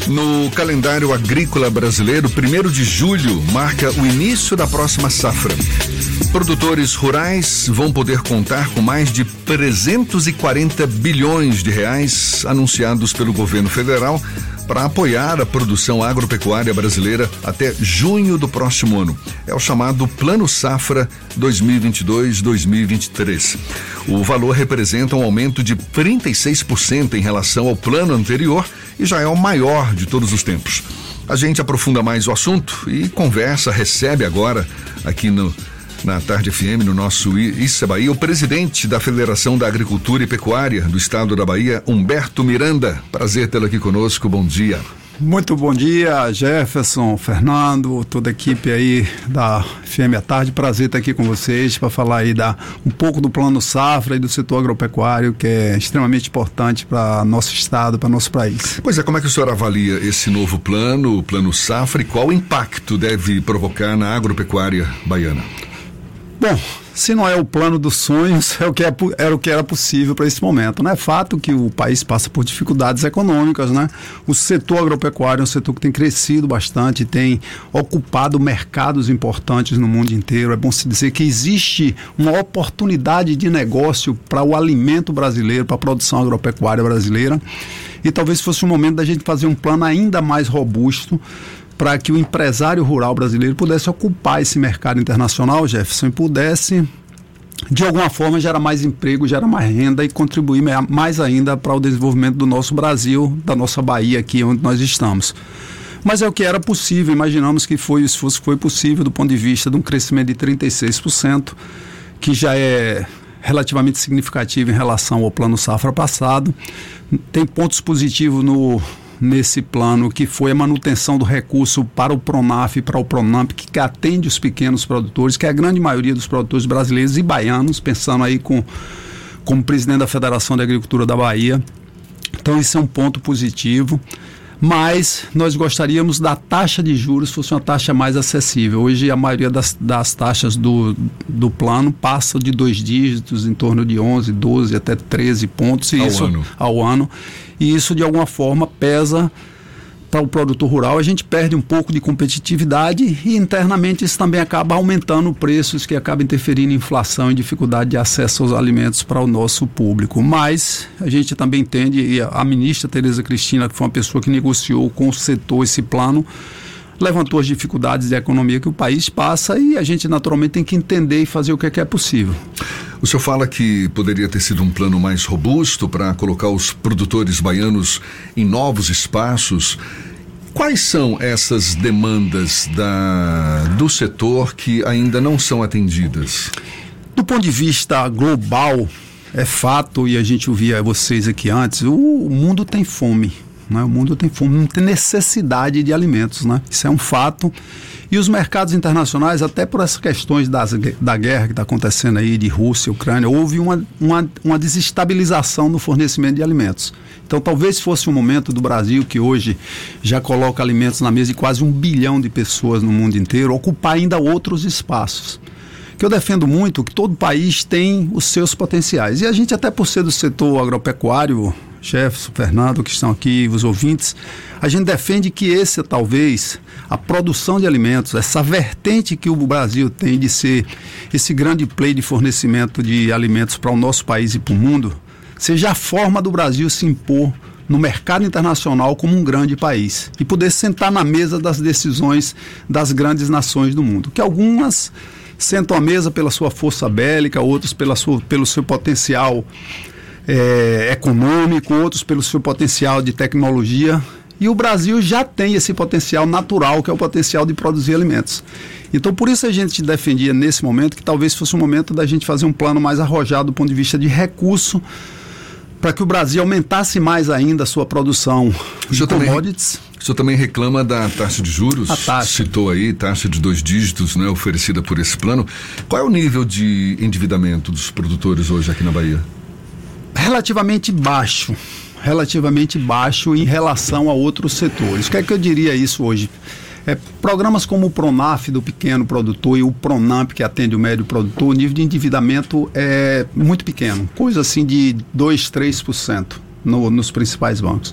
No calendário agrícola brasileiro, 1º de julho marca o início da próxima safra. Produtores rurais vão poder contar com mais de 340 bilhões de reais anunciados pelo governo federal para apoiar a produção agropecuária brasileira até junho do próximo ano. É o chamado Plano Safra 2022-2023. O valor representa um aumento de 36% em relação ao plano anterior e já é o maior de todos os tempos. A gente aprofunda mais o assunto e recebe agora aqui na Tarde FM, no nosso Issa Bahia, o presidente da Federação da Agricultura e Pecuária do Estado da Bahia, Humberto Miranda. Prazer tê-lo aqui conosco, bom dia. Muito bom dia, Jefferson, Fernando, toda a equipe aí da FM à Tarde. Prazer estar aqui com vocês para falar aí um pouco do Plano Safra e do setor agropecuário, que é extremamente importante para nosso estado, para nosso país. Pois é, como é que o senhor avalia esse novo plano, o Plano Safra, e qual impacto deve provocar na agropecuária baiana? Bom, se não é o plano dos sonhos, era o que era possível para esse momento, né? É fato que o país passa por dificuldades econômicas, né? O setor agropecuário é um setor que tem crescido bastante, tem ocupado mercados importantes no mundo inteiro. É bom se dizer que existe uma oportunidade de negócio para o alimento brasileiro, para a produção agropecuária brasileira, e talvez fosse o momento da gente fazer um plano ainda mais robusto para que o empresário rural brasileiro pudesse ocupar esse mercado internacional, Jefferson, e pudesse, de alguma forma, gerar mais emprego, gerar mais renda e contribuir mais ainda para o desenvolvimento do nosso Brasil, da nossa Bahia aqui onde nós estamos. Mas é o que era possível, imaginamos que foi o esforço que foi possível do ponto de vista de um crescimento de 36%, que já é relativamente significativo em relação ao Plano Safra passado. Tem pontos positivos nesse plano, que foi a manutenção do recurso para o Pronaf e para o Pronamp, que atende os pequenos produtores, que é a grande maioria dos produtores brasileiros e baianos, pensando aí como presidente da Federação de Agricultura da Bahia. Então isso é um ponto positivo, mas nós gostaríamos da taxa de juros fosse uma taxa mais acessível. Hoje a maioria das taxas do plano passa de 2 dígitos, em torno de 11, 12 até 13 pontos ao ano. E isso de alguma forma pesa para o produtor rural. A gente perde um pouco de competitividade e internamente isso também acaba aumentando preços, que acaba interferindo em inflação e dificuldade de acesso aos alimentos para o nosso público. Mas a gente também entende, e a ministra Tereza Cristina, que foi uma pessoa que negociou com o setor esse plano, levantou as dificuldades de economia que o país passa, e a gente naturalmente tem que entender e fazer o que é possível. O senhor fala que poderia ter sido um plano mais robusto para colocar os produtores baianos em novos espaços. Quais são essas demandas do setor que ainda não são atendidas? Do ponto de vista global, é fato, e a gente ouvia vocês aqui antes, o mundo tem fome. Né? O mundo tem fome, não tem necessidade de alimentos, né? Isso é um fato. E os mercados internacionais, até por essas questões da guerra que está acontecendo aí, de Rússia e Ucrânia, houve uma desestabilização no fornecimento de alimentos. Então talvez fosse um momento do Brasil, que hoje já coloca alimentos na mesa de quase 1 bilhão de pessoas no mundo inteiro, ocupar ainda outros espaços. Que eu defendo muito que todo país tem os seus potenciais. E a gente, até por ser do setor agropecuário, Jefferson, Fernando, que estão aqui, os ouvintes, a gente defende que talvez, a produção de alimentos, essa vertente que o Brasil tem de ser esse grande play de fornecimento de alimentos para o nosso país e para o mundo, seja a forma do Brasil se impor no mercado internacional como um grande país e poder sentar na mesa das decisões das grandes nações do mundo, que algumas sentam à mesa pela sua força bélica, outros pelo seu potencial econômico, outros pelo seu potencial de tecnologia, e o Brasil já tem esse potencial natural, que é o potencial de produzir alimentos. Então por isso a gente defendia nesse momento que talvez fosse o momento da gente fazer um plano mais arrojado do ponto de vista de recurso, para que o Brasil aumentasse mais ainda a sua produção de commodities. O senhor também reclama da taxa de juros? Citou aí, taxa de 2 dígitos, né, oferecida por esse plano. Qual é o nível de endividamento dos produtores hoje aqui na Bahia? Relativamente baixo em relação a outros setores. O que é que eu diria isso hoje? Programas como o Pronaf do pequeno produtor e o Pronamp, que atende o médio produtor, o nível de endividamento é muito pequeno, coisa assim de 2, 3%. nos principais bancos.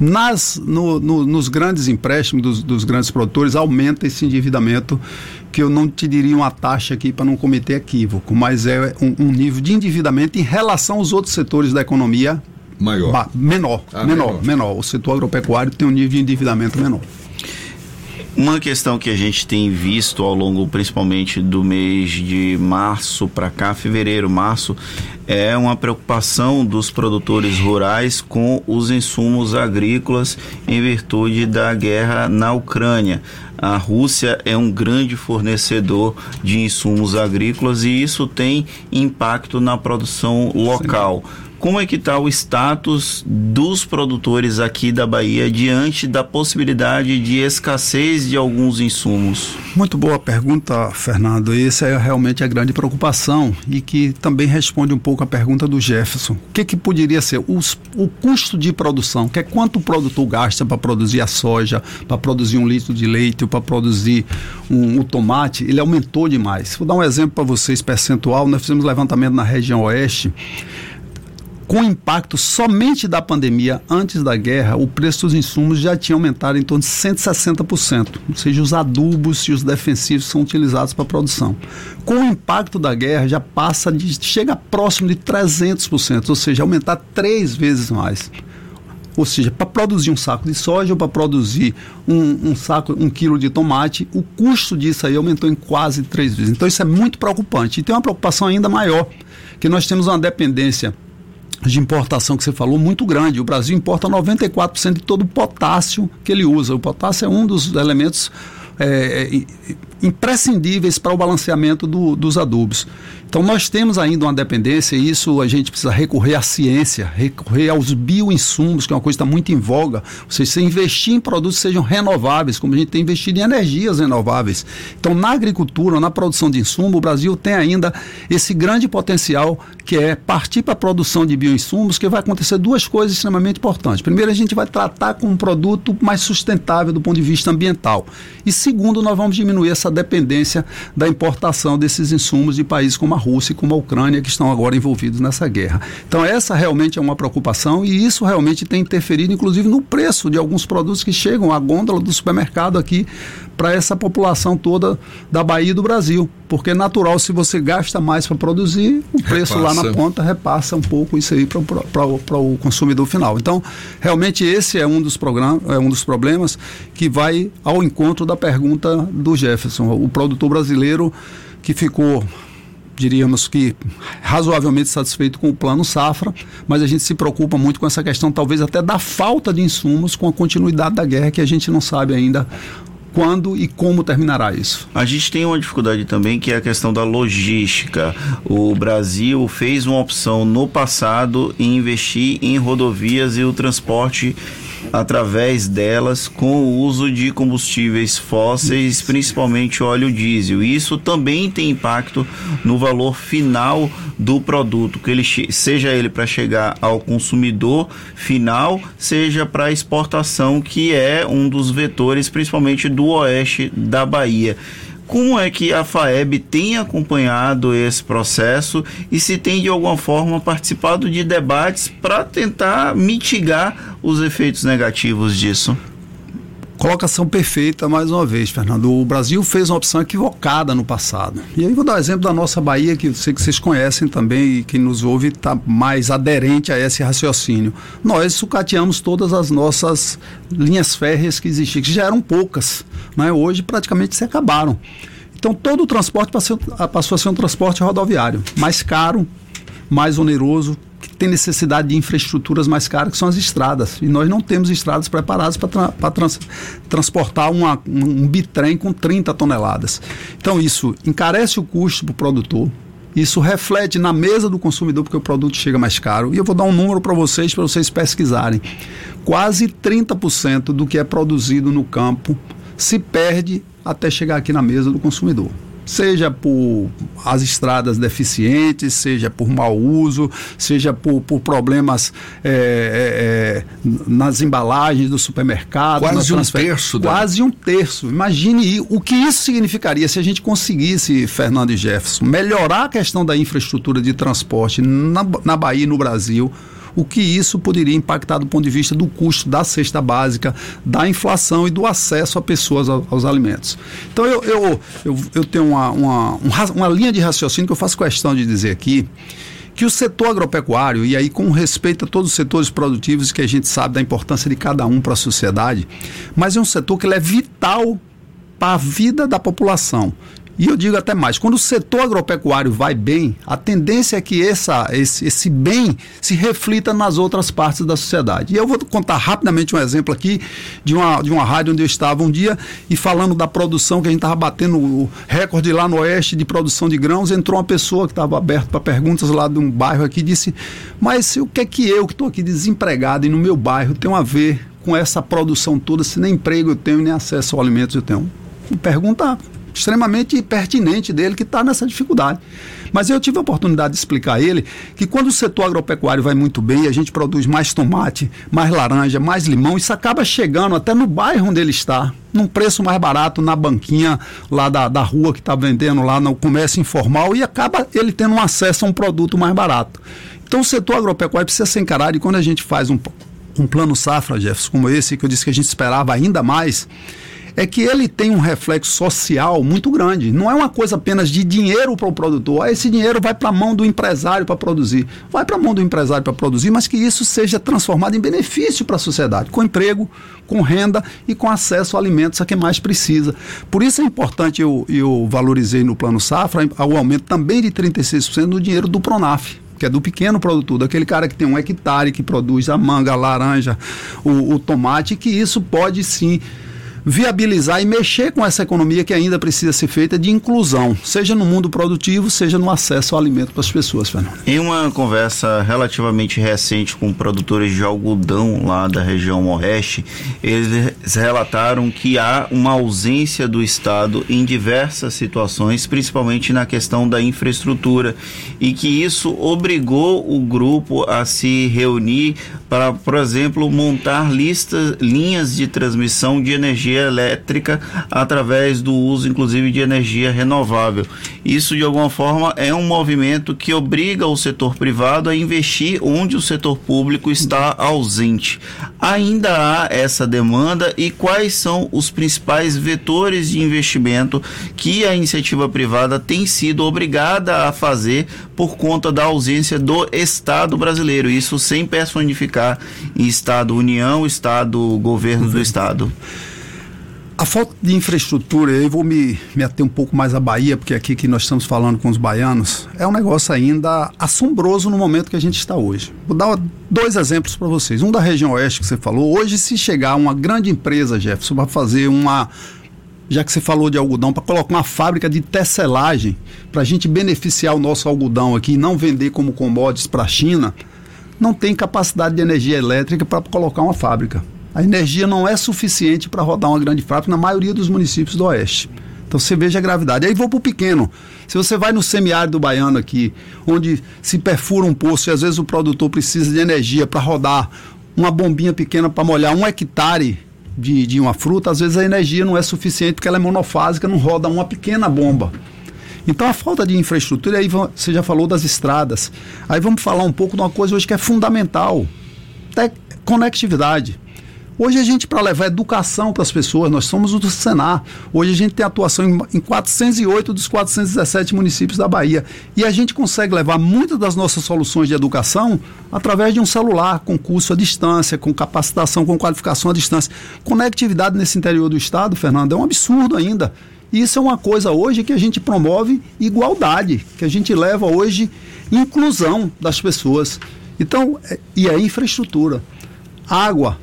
Nos grandes empréstimos dos grandes produtores, aumenta esse endividamento, que eu não te diria uma taxa aqui para não cometer equívoco, mas é um nível de endividamento em relação aos outros setores da economia menor. O setor agropecuário tem um nível de endividamento menor. Uma questão que a gente tem visto ao longo, principalmente do mês de março para cá, fevereiro, março, é uma preocupação dos produtores rurais com os insumos agrícolas em virtude da guerra na Ucrânia. A Rússia é um grande fornecedor de insumos agrícolas e isso tem impacto na produção local. Sim. Como é que está o status dos produtores aqui da Bahia diante da possibilidade de escassez de alguns insumos? Muito boa pergunta, Fernando. Essa é realmente a grande preocupação e que também responde um pouco a pergunta do Jefferson. O que poderia ser? O custo de produção, que é quanto o produtor gasta para produzir a soja, para produzir 1 litro de leite, para produzir o tomate, ele aumentou demais. Vou dar um exemplo para vocês, percentual. Nós fizemos levantamento na região oeste. Com o impacto somente da pandemia, antes da guerra, o preço dos insumos já tinha aumentado em torno de 160%. Ou seja, os adubos e os defensivos são utilizados para a produção. Com o impacto da guerra, já chega próximo de 300%, ou seja, aumentar 3 vezes mais. Ou seja, para produzir um saco de soja ou para produzir um quilo de tomate, o custo disso aí aumentou em quase 3 vezes. Então isso é muito preocupante. E tem uma preocupação ainda maior, que nós temos uma dependência de importação que você falou muito grande. O Brasil importa 94% de todo o potássio que ele usa. O potássio é um dos elementos imprescindíveis para o balanceamento dos adubos. Então nós temos ainda uma dependência e isso a gente precisa recorrer à ciência, recorrer aos bioinsumos, que é uma coisa que está muito em voga. Ou seja, você investir em produtos que sejam renováveis, como a gente tem investido em energias renováveis. Então na agricultura, na produção de insumo, o Brasil tem ainda esse grande potencial que é partir para a produção de bioinsumos, que vai acontecer 2 coisas extremamente importantes. Primeiro, a gente vai tratar com um produto mais sustentável do ponto de vista ambiental. E segundo, nós vamos diminuir essa dependência da importação desses insumos de países como a Rússia e como a Ucrânia, que estão agora envolvidos nessa guerra. Então essa realmente é uma preocupação e isso realmente tem interferido inclusive no preço de alguns produtos que chegam à gôndola do supermercado aqui para essa população toda da Bahia e do Brasil, porque é natural, se você gasta mais para produzir, o preço lá na ponta repassa um pouco isso aí para o consumidor final. Então realmente esse é um dos problemas que vai ao encontro da pergunta do Jefferson. O produtor brasileiro que ficou, diríamos que razoavelmente satisfeito com o plano safra, mas a gente se preocupa muito com essa questão talvez até da falta de insumos com a continuidade da guerra, que a gente não sabe ainda quando e como terminará isso. A gente tem uma dificuldade também, que é a questão da logística. O Brasil fez uma opção no passado em investir em rodovias e o transporte através delas com o uso de combustíveis fósseis, principalmente óleo diesel. Isso também tem impacto no valor final do produto, que ele seja ele para chegar ao consumidor final, seja para exportação, que é um dos vetores, principalmente do oeste da Bahia. Como é que a FAEB tem acompanhado esse processo e se tem de alguma forma participado de debates para tentar mitigar os efeitos negativos disso? Colocação perfeita mais uma vez, Fernando. O Brasil fez uma opção equivocada no passado. E aí vou dar o exemplo da nossa Bahia, que eu sei que vocês conhecem também e quem nos ouve está mais aderente a esse raciocínio. Nós sucateamos todas as nossas linhas férreas que existiam, que já eram poucas, né? Hoje praticamente se acabaram. Então todo o transporte passou a ser um transporte rodoviário, mais caro, mais oneroso, que tem necessidade de infraestruturas mais caras, que são as estradas. E nós não temos estradas preparadas para transportar um bitrem com 30 toneladas. Então isso encarece o custo para o produtor, isso reflete na mesa do consumidor, porque o produto chega mais caro. E eu vou dar um número para vocês pesquisarem. Quase 30% do que é produzido no campo se perde até chegar aqui na mesa do consumidor. Seja por as estradas deficientes, seja por mau uso, seja por problemas nas embalagens do supermercado. Quase um terço. Quase um terço. Imagine o que isso significaria se a gente conseguisse, Fernando e Jefferson, melhorar a questão da infraestrutura de transporte na Bahia e no Brasil. o que isso poderia impactar do ponto de vista do custo da cesta básica, da inflação e do acesso a pessoas aos alimentos. Então eu tenho uma linha de raciocínio que eu faço questão de dizer aqui, que o setor agropecuário, e aí com respeito a todos os setores produtivos que a gente sabe da importância de cada um para a sociedade, mas é um setor que ele é vital para a vida da população. E eu digo até mais, quando o setor agropecuário vai bem, a tendência é que esse bem se reflita nas outras partes da sociedade. E eu vou contar rapidamente um exemplo aqui de uma rádio onde eu estava um dia e falando da produção, que a gente estava batendo o recorde lá no oeste de produção de grãos, entrou uma pessoa que estava aberta para perguntas lá de um bairro aqui e disse, mas o que é que eu que estou aqui desempregado e no meu bairro tenho a ver com essa produção toda, se nem emprego eu tenho, nem acesso aos alimentos eu tenho? Pergunta extremamente pertinente dele, que está nessa dificuldade. Mas eu tive a oportunidade de explicar a ele que quando o setor agropecuário vai muito bem, a gente produz mais tomate, mais laranja, mais limão, isso acaba chegando até no bairro onde ele está, num preço mais barato na banquinha lá da rua que está vendendo lá no comércio informal, e acaba ele tendo um acesso a um produto mais barato. Então o setor agropecuário precisa ser encarado, e quando a gente faz um plano safra, Jefferson, como esse, que eu disse que a gente esperava ainda mais, é que ele tem um reflexo social muito grande. Não é uma coisa apenas de dinheiro para o produtor. Esse dinheiro vai para a mão do empresário para produzir. Vai para a mão do empresário para produzir, mas que isso seja transformado em benefício para a sociedade, com emprego, com renda e com acesso a alimentos a quem mais precisa. Por isso é importante, eu valorizei no Plano Safra o aumento também de 36% do dinheiro do Pronaf, que é do pequeno produtor, daquele cara que tem 1 hectare, que produz a manga, a laranja, o tomate, que isso pode sim viabilizar e mexer com essa economia que ainda precisa ser feita de inclusão, seja no mundo produtivo, seja no acesso ao alimento para as pessoas, Fernando. Em uma conversa relativamente recente com produtores de algodão lá da região oeste, eles relataram que há uma ausência do Estado em diversas situações, principalmente na questão da infraestrutura, e que isso obrigou o grupo a se reunir para, por exemplo, montar linhas de transmissão de energia elétrica através do uso, inclusive, de energia renovável. Isso, de alguma forma, é um movimento que obriga o setor privado a investir onde o setor público está ausente. Ainda há essa demanda, e quais são os principais vetores de investimento que a iniciativa privada tem sido obrigada a fazer por conta da ausência do Estado brasileiro? Isso sem personificar em Estado-União, Estado-governo do Estado. A falta de infraestrutura, eu vou me ater um pouco mais à Bahia, porque aqui que nós estamos falando com os baianos, é um negócio ainda assombroso no momento que a gente está hoje. Vou dar 2 exemplos para vocês. Um da região oeste que você falou. Hoje, se chegar uma grande empresa, Jefferson, para fazer já que você falou de algodão, para colocar uma fábrica de tecelagem, para a gente beneficiar o nosso algodão aqui e não vender como commodities para a China, não tem capacidade de energia elétrica para colocar uma fábrica. A energia não é suficiente para rodar uma grande fábrica na maioria dos municípios do oeste. Então você veja a gravidade. Aí vou para o pequeno. Se você vai no semiárido baiano aqui, onde se perfura um poço e às vezes o produtor precisa de energia para rodar uma bombinha pequena para molhar 1 hectare de uma fruta, às vezes a energia não é suficiente porque ela é monofásica, não roda uma pequena bomba. Então a falta de infraestrutura, aí você já falou das estradas. Aí vamos falar um pouco de uma coisa hoje que é fundamental, conectividade. Hoje a gente, para levar educação para as pessoas, nós somos o do Senar. Hoje a gente tem atuação em 408 dos 417 municípios da Bahia. E a gente consegue levar muitas das nossas soluções de educação através de um celular, com curso à distância, com capacitação, com qualificação à distância. Conectividade nesse interior do estado, Fernando, é um absurdo ainda. E isso é uma coisa hoje que a gente promove igualdade, que a gente leva hoje inclusão das pessoas. Então, e a infraestrutura, água.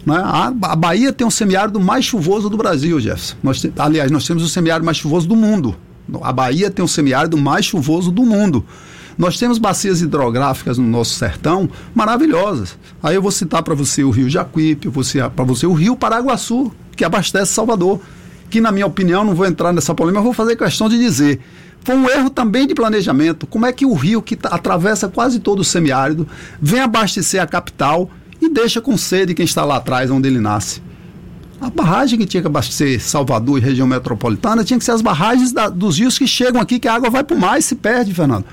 A Bahia tem um semiárido mais chuvoso do Brasil, Jefferson. Nós temos o semiárido mais chuvoso do mundo. A Bahia tem o semiárido mais chuvoso do mundo. Nós temos bacias hidrográficas no nosso sertão maravilhosas. Aí eu vou citar para você o Rio Jacuípe, eu vou citar para você o Rio Paraguaçu, que abastece Salvador. Que, na minha opinião, não vou entrar nessa polêmica, mas vou fazer questão de dizer. Foi um erro também de planejamento. Como é que o rio, que atravessa quase todo o semiárido, vem abastecer a capital e deixa com sede quem está lá atrás, onde ele nasce? A barragem que tinha que abastecer Salvador e região metropolitana tinha que ser as barragens dos rios que chegam aqui, que a água vai para o mar e se perde, Fernando.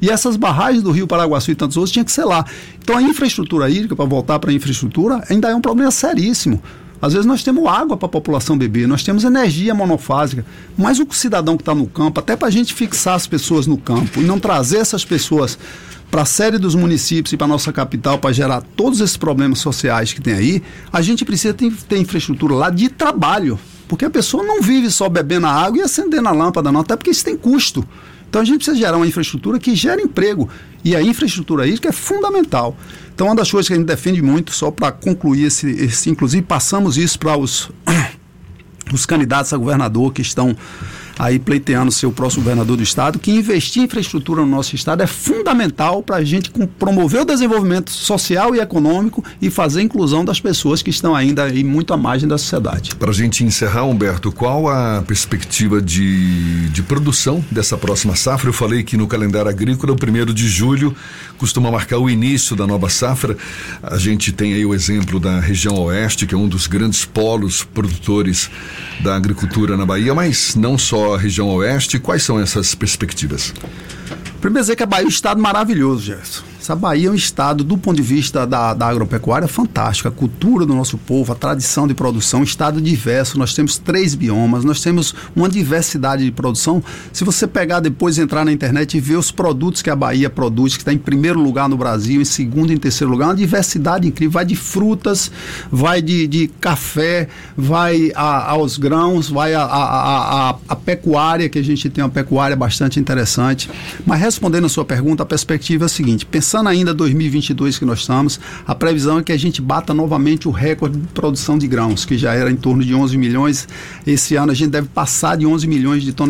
E essas barragens do Rio Paraguaçu e tantos outros tinham que ser lá. Então a infraestrutura hídrica, para voltar para a infraestrutura, ainda é um problema seríssimo. Às vezes nós temos água para a população beber, nós temos energia monofásica, mas o cidadão que está no campo, até para a gente fixar as pessoas no campo e não trazer essas pessoas para a série dos municípios e para a nossa capital para gerar todos esses problemas sociais que tem aí, a gente precisa ter infraestrutura lá de trabalho, porque a pessoa não vive só bebendo a água e acendendo a lâmpada não, até porque isso tem custo. Então a gente precisa gerar uma infraestrutura que gere emprego, e a infraestrutura hídrica é fundamental. Então uma das coisas que a gente defende muito, só para concluir inclusive passamos isso para os candidatos a governador que estão aí pleiteando ser o próximo governador do estado, que investir em infraestrutura no nosso estado é fundamental para a gente promover o desenvolvimento social e econômico e fazer a inclusão das pessoas que estão ainda aí muito à margem da sociedade. Para a gente encerrar, Humberto, qual a perspectiva de produção dessa próxima safra? Eu falei que no calendário agrícola, o 1º de julho costuma marcar o início da nova safra. A gente tem aí o exemplo da região oeste, que é um dos grandes polos produtores da agricultura na Bahia, mas não só a região oeste. Quais são essas perspectivas? Primeiro dizer que a Bahia é um estado maravilhoso, Gerson. Essa Bahia é um estado, do ponto de vista da agropecuária, fantástico. A cultura do nosso povo, a tradição de produção, um estado diverso. Nós temos 3 biomas, nós temos uma diversidade de produção. Se você pegar depois, entrar na internet e ver os produtos que a Bahia produz, que está em primeiro lugar no Brasil, em segundo e em terceiro lugar, uma diversidade incrível. Vai de frutas, vai de café, vai aos grãos, vai a pecuária, que a gente tem uma pecuária bastante interessante. Mas respondendo a sua pergunta, a perspectiva é a seguinte: pensando ainda 2022 que nós estamos, a previsão é que a gente bata novamente o recorde de produção de grãos, que já era em torno de 11 milhões. Esse ano a gente deve passar de 11 milhões de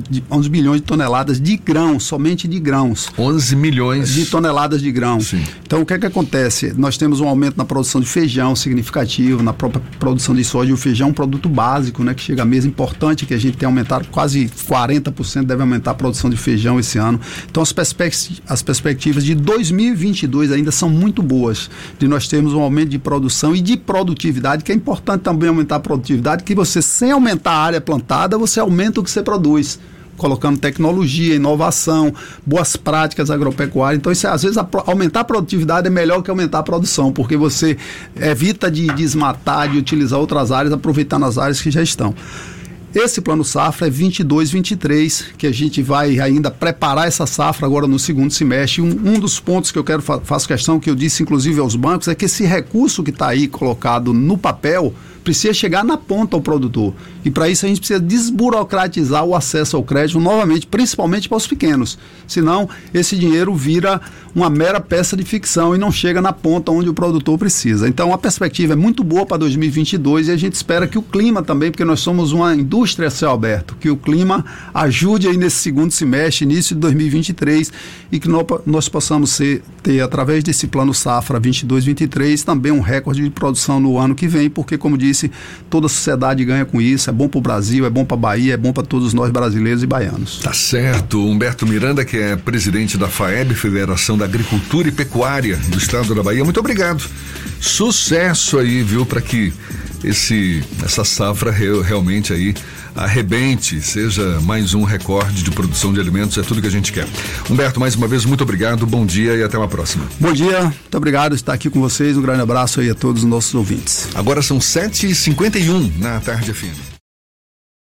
toneladas de grãos, somente de grãos. 11 milhões de toneladas de grãos. Sim. Então o que é que acontece? Nós temos um aumento na produção de feijão significativo, na própria produção de soja. O feijão é um produto básico, né, que chega à mesa, importante, que a gente tem aumentado quase 40%, deve aumentar a produção de feijão esse ano. Então as perspectivas de 2022 ainda são muito boas, de nós termos um aumento de produção e de produtividade, que é importante também aumentar a produtividade, que você, sem aumentar a área plantada, você aumenta o que você produz, colocando tecnologia, inovação, boas práticas agropecuárias. Então, isso, às vezes, aumentar a produtividade é melhor que aumentar a produção, porque você evita de desmatar, de utilizar outras áreas, aproveitando as áreas que já estão. Esse plano safra é 22-23, que a gente vai ainda preparar essa safra agora no segundo semestre. Um dos pontos que eu quero faço questão, que eu disse inclusive aos bancos, é que esse recurso que está aí colocado no papel precisa chegar na ponta ao produtor. E para isso a gente precisa desburocratizar o acesso ao crédito novamente, principalmente para os pequenos. Senão, esse dinheiro vira uma mera peça de ficção e não chega na ponta onde o produtor precisa. Então, a perspectiva é muito boa para 2022 e a gente espera que o clima também, porque nós somos uma indústria a céu aberto, que o clima ajude aí nesse segundo semestre, início de 2023, e que nós possamos ter, através desse plano safra 22-23, também um recorde de produção no ano que vem, porque, como disse, toda a sociedade ganha com isso. É bom para o Brasil, é bom para a Bahia, é bom para todos nós brasileiros e baianos. Tá certo. Humberto Miranda, que é presidente da FAEB, Federação da Agricultura e Pecuária do Estado da Bahia, muito obrigado. Sucesso aí, viu, para que essa safra realmente aí arrebente, seja mais um recorde de produção de alimentos, é tudo que a gente quer. Humberto, mais uma vez, muito obrigado, bom dia e até uma próxima. Bom dia, muito obrigado por estar aqui com vocês, um grande abraço aí a todos os nossos ouvintes. Agora são 7h51 na Tarde FM.